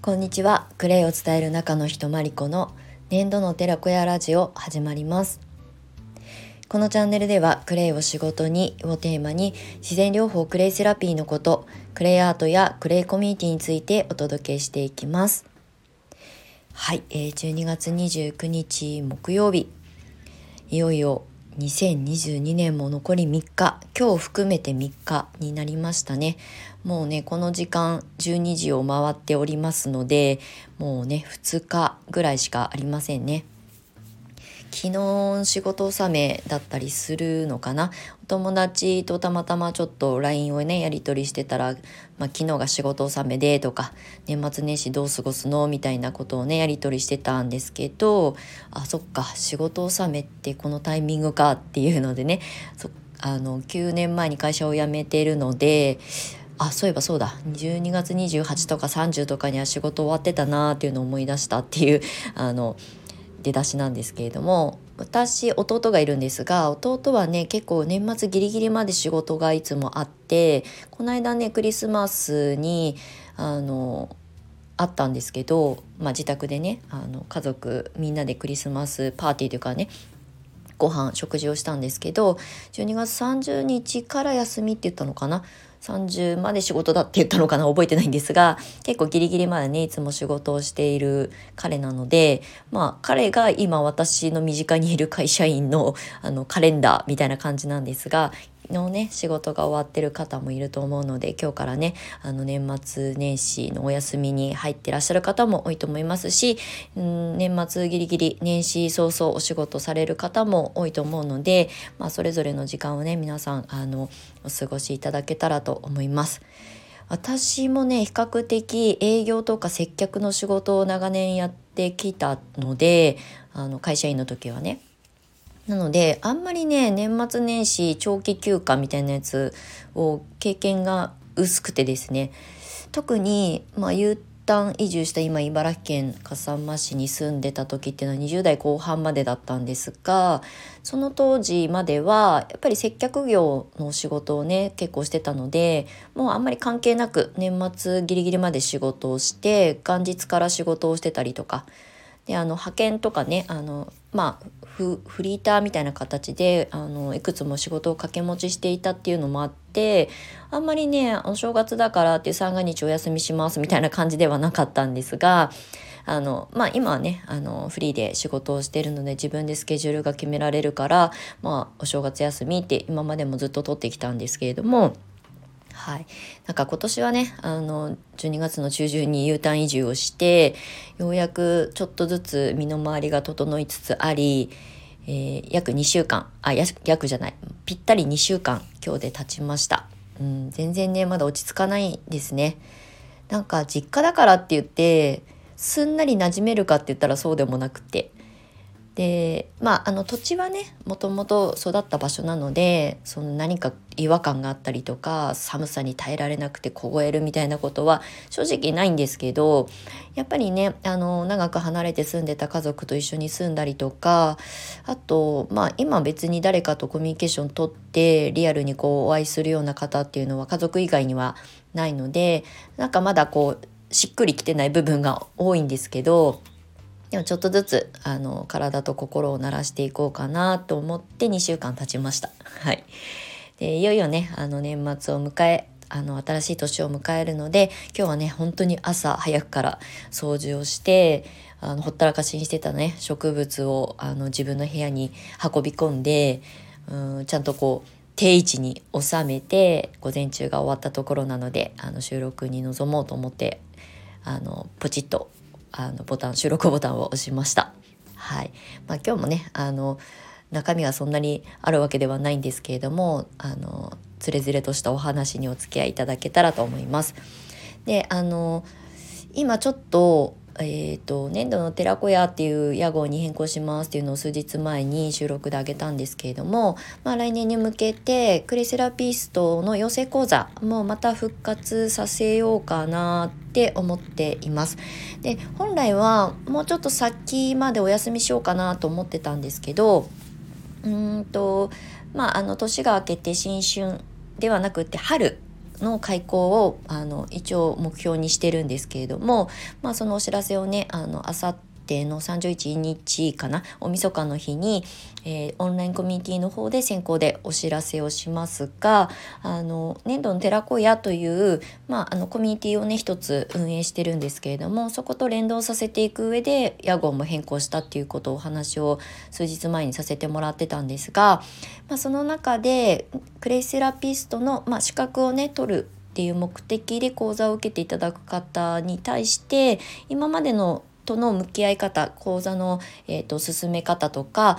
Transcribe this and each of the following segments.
こんにちは。クレイを伝える中の人まりこの年度の寺子屋ラジオ始まります。このチャンネルではクレイを仕事にをテーマに自然療法クレイセラピーのこと、クレイアートやクレイコミュニティについてお届けしていきます。はい、12月29日木曜日、いよいよ2022年も残り3日、今日含めて3日になりましたね。もうね、この時間12時を回っておりますので、もうね2日ぐらいしかありませんね。昨日仕事納めだったりするのかな。お友達とたまたまちょっと LINE をねやり取りしてたら、昨日が仕事納めでとか、年末年始どう過ごすのみたいなことをねやり取りしてたんですけど、そっか、仕事納めってこのタイミングかっていうのでね、9年前に会社を辞めているので、そういえばそうだ、12月28とか30とかには仕事終わってたなっていうのを思い出したっていう出だしなんですけれども、私弟がいるんですが、弟はね結構年末ギリギリまで仕事がいつもあって、この間ねクリスマスにあったんですけど、自宅でね家族みんなでクリスマスパーティーというかね、食事をしたんですけど、12月30日から休みって言ったのかな、30まで仕事だって言ったのかな、覚えてないんですが、結構ギリギリまでねいつも仕事をしている彼なので、彼が今私の身近にいる会社員のカレンダーみたいな感じなんですが、のね仕事が終わってる方もいると思うので、今日からね年末年始のお休みに入ってらっしゃる方も多いと思いますし、年末ギリギリ年始早々お仕事される方も多いと思うので、それぞれの時間をね皆さんお過ごしいただけたらと思います。私もね比較的営業とか接客の仕事を長年やってきたので、会社員の時はね、なのであんまりね年末年始長期休暇みたいなやつを経験が薄くてですね、特にU ターン移住した今茨城県笠間市に住んでた時っていうのは20代後半までだったんですが、その当時まではやっぱり接客業の仕事をね結構してたので、もうあんまり関係なく年末ギリギリまで仕事をして、元日から仕事をしてたりとかで、派遣とかねフリーターみたいな形でいくつも仕事を掛け持ちしていたっていうのもあって、あんまりねお正月だからっていう三が日お休みしますみたいな感じではなかったんですが、今はねフリーで仕事をしているので自分でスケジュールが決められるから、お正月休みって今までもずっと取ってきたんですけれども、はい、なんか今年はね12月の中旬に U ターン移住をして、ようやくちょっとずつ身の回りが整いつつあり、約2週間約じゃないぴったり2週間今日で経ちました。全然ねまだ落ち着かないですね。なんか実家だからって言ってすんなり馴染めるかって言ったらそうでもなくて、で土地はねもともと育った場所なので、その何か違和感があったりとか寒さに耐えられなくて凍えるみたいなことは正直ないんですけど、やっぱりね長く離れて住んでた家族と一緒に住んだりとか、あと今別に誰かとコミュニケーション取ってリアルにお会いするような方っていうのは家族以外にはないので、なんかまだしっくりきてない部分が多いんですけど、でもちょっとずつ体と心を慣らしていこうかなと思って2週間経ちました。はい。でいよいよね年末を迎え新しい年を迎えるので、今日はね本当に朝早くから掃除をして、ほったらかしにしてたね植物を自分の部屋に運び込んで、ちゃんと定位置に収めて、午前中が終わったところなので収録に臨もうと思ってポチッと収録ボタンを押しました。はい。今日もね中身はそんなにあるわけではないんですけれども、つれづれとしたお話にお付き合いいただけたらと思います。で今ちょっと年度の寺子屋っていう屋号に変更しますっていうのを数日前に収録であげたんですけれども、来年に向けてクレイセラピストの養成講座もまた復活させようかなって思っています。で本来はもうちょっと先までお休みしようかなと思ってたんですけど、年が明けて新春ではなくて春の開講を一応目標にしてるんですけれども、そのお知らせをねあさっての31日かな、大晦日の日に、オンラインコミュニティの方で先行でお知らせをしますが、年度の寺子屋という、コミュニティをね一つ運営してるんですけれども、そこと連動させていく上で屋号も変更したっていうことをお話を数日前にさせてもらってたんですが、その中でクレイセラピストの、資格をね取るっていう目的で講座を受けていただく方に対して、今までのとの向き合い方、講座の、進め方とか、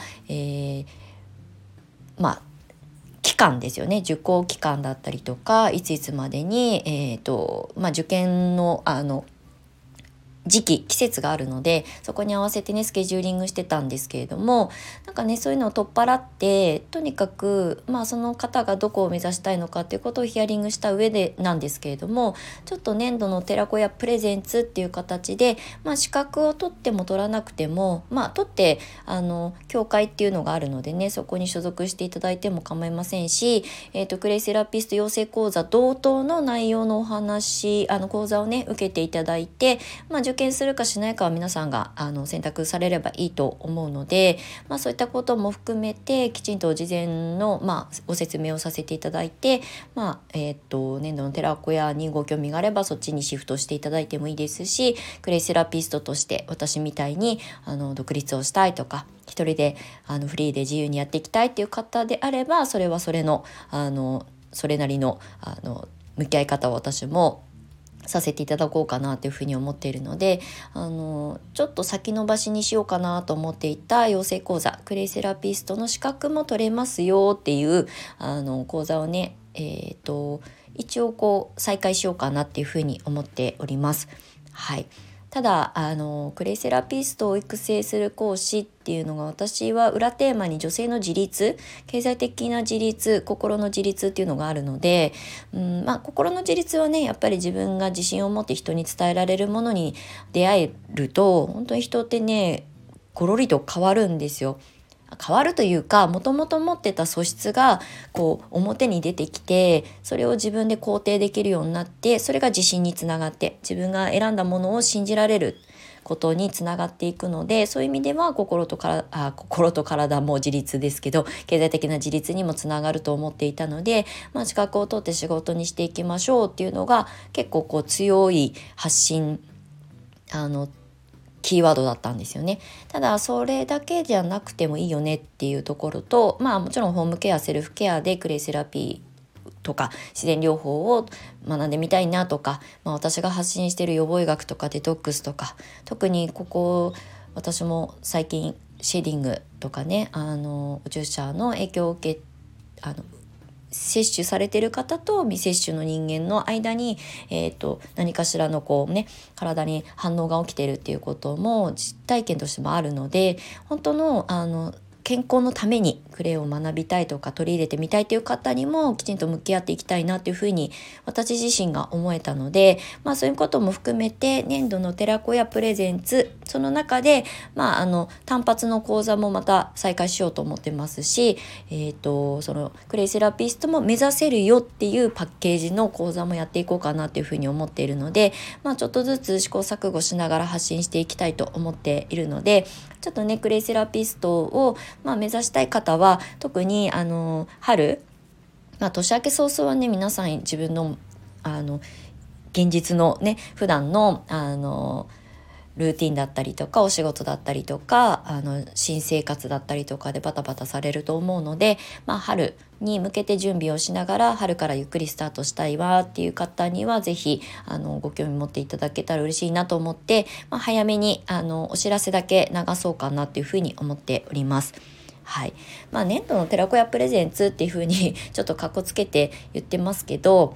期間ですよね、受講期間だったりとか、いついつまでに、受験の季節があるので、そこに合わせてねスケジューリングしてたんですけれども、そういうのを取っ払って、とにかくその方がどこを目指したいのかっていうことをヒアリングした上でなんですけれども、ちょっと年度の寺子屋プレゼンツっていう形で、資格を取っても取らなくても、取って協会っていうのがあるのでね、そこに所属していただいても構いませんし、クレイセラピスト養成講座同等の内容のお話講座をね受けていただいて、受験するかしないかは皆さんが選択されればいいと思うので、そういったことも含めてきちんと事前の、ご説明をさせていただいて、年度の寺子屋にご興味があればそっちにシフトしていただいてもいいですし、クレイセラピストとして私みたいに独立をしたいとか、一人でフリーで自由にやっていきたいっていう方であれば、それはそれのそれなりの向き合い方を私もさせていただこうかなというふうに思っているので、ちょっと先延ばしにしようかなと思っていた養成講座、クレイセラピストの資格も取れますよっていう講座をね、一応再開しようかなっていうふうに思っております。はい。ただクレイセラピストを育成する講師っていうのが、私は裏テーマに女性の自立、経済的な自立、心の自立っていうのがあるので、心の自立はねやっぱり自分が自信を持って人に伝えられるものに出会えると、本当に人ってねゴロリと変わるんですよ。変わるというか、もともと持ってた素質が表に出てきて、それを自分で肯定できるようになって、それが自信につながって、自分が選んだものを信じられることにつながっていくので、そういう意味では心と体も自立ですけど、経済的な自立にもつながると思っていたので、資格を取って仕事にしていきましょうっていうのが結構強い発信キーワードだったんですよね。ただそれだけじゃなくてもいいよねっていうところと、もちろんホームケア、セルフケアでクレイセラピーとか自然療法を学んでみたいなとか、私が発信している予防医学とかデトックスとか、特に私も最近シェーディングとかねお注射の影響を受け接種されている方と未接種の人間の間に、何かしらの体に反応が起きているっていうことも実体験としてもあるので、本当の健康のためにクレイを学びたいとか取り入れてみたいという方にもきちんと向き合っていきたいなというふうに私自身が思えたので、そういうことも含めて年度の寺子屋プレゼンツ、その中で、単発の講座もまた再開しようと思ってますし、そのクレイセラピストも目指せるよっていうパッケージの講座もやっていこうかなというふうに思っているので、ちょっとずつ試行錯誤しながら発信していきたいと思っているので、ちょっとねクレイセラピストを目指したい方は特に春、年明け早々はね皆さん自分の現実のね普段のルーティンだったりとかお仕事だったりとか新生活だったりとかでバタバタされると思うので、春に向けて準備をしながら春からゆっくりスタートしたいわっていう方にはぜひご興味持っていただけたら嬉しいなと思って、早めにお知らせだけ流そうかなっていうふうに思っております。はい。年度の寺子屋プレゼンツっていう風にちょっとかっこつけて言ってますけど、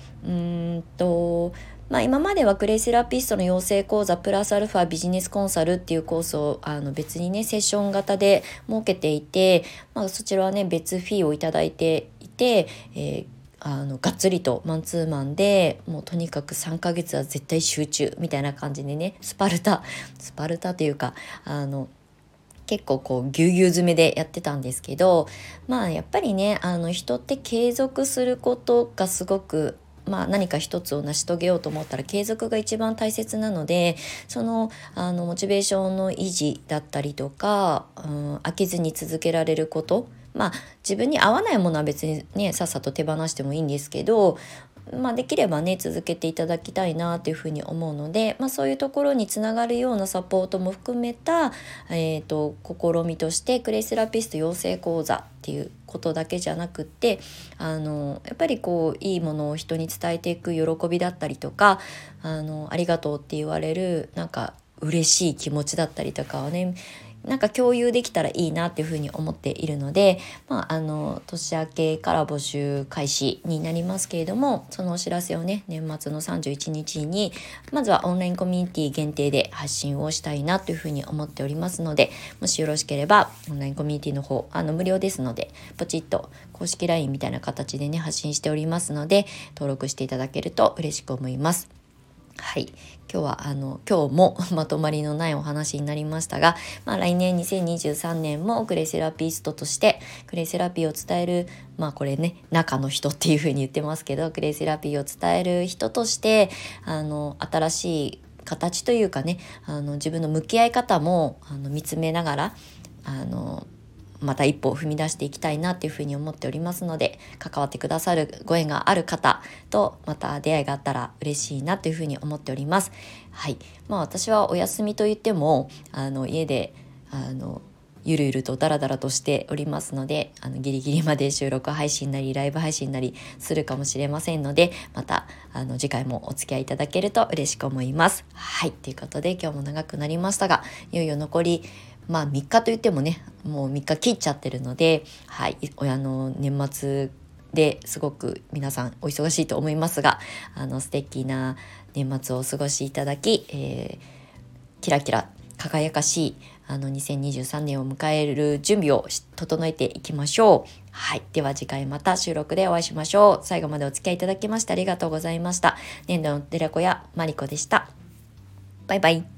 今まではクレイセラピストの養成講座プラスアルファビジネスコンサルっていうコースを別にねセッション型で設けていて、そちらはね別フィーをいただいていて、がっつりとマンツーマンでもうとにかく3ヶ月は絶対集中みたいな感じでねスパルタというか結構ぎゅうぎゅう詰めでやってたんですけど、やっぱりね人って継続することがすごく何か一つを成し遂げようと思ったら継続が一番大切なので、そのモチベーションの維持だったりとか、飽きずに続けられること、自分に合わないものは別にねさっさと手放してもいいんですけど、できればね続けていただきたいなというふうに思うので、そういうところにつながるようなサポートも含めた、試みとしてクレイセラピスト養成講座っていうことだけじゃなくって、やっぱりいいものを人に伝えていく喜びだったりとか、ありがとうって言われる嬉しい気持ちだったりとかをね共有できたらいいなっていうふうに思っているので、年明けから募集開始になりますけれども、そのお知らせをね年末の31日にまずはオンラインコミュニティ限定で発信をしたいなというふうに思っておりますので、もしよろしければオンラインコミュニティの方無料ですので、ポチッと公式 LINE みたいな形でね発信しておりますので、登録していただけると嬉しく思います。はい、今日もまとまりのないお話になりましたが、来年2023年もクレイセラピストとしてクレイセラピーを伝える、これね中の人っていう風に言ってますけど、クレイセラピーを伝える人として新しい形というかね、自分の向き合い方も見つめながらまた一歩を踏み出していきたいなっていうふうに思っておりますので、関わってくださるご縁がある方とまた出会いがあったら嬉しいなというふうに思っております。はい、私はお休みといっても家でゆるゆるとダラダラとしておりますので、ギリギリまで収録配信なりライブ配信なりするかもしれませんので、また次回もお付き合いいただけると嬉しく思います。はい、ということで今日も長くなりましたが、いよいよ残り3日といってもねもう3日切っちゃってるので、はい、年末ですごく皆さんお忙しいと思いますが、素敵な年末をお過ごしいただき、キラキラ輝かしい2023年を迎える準備を整えていきましょう。はい、では次回また収録でお会いしましょう。最後までお付き合いいただきましてありがとうございました。年度の寺子屋マリコでした。バイバイ。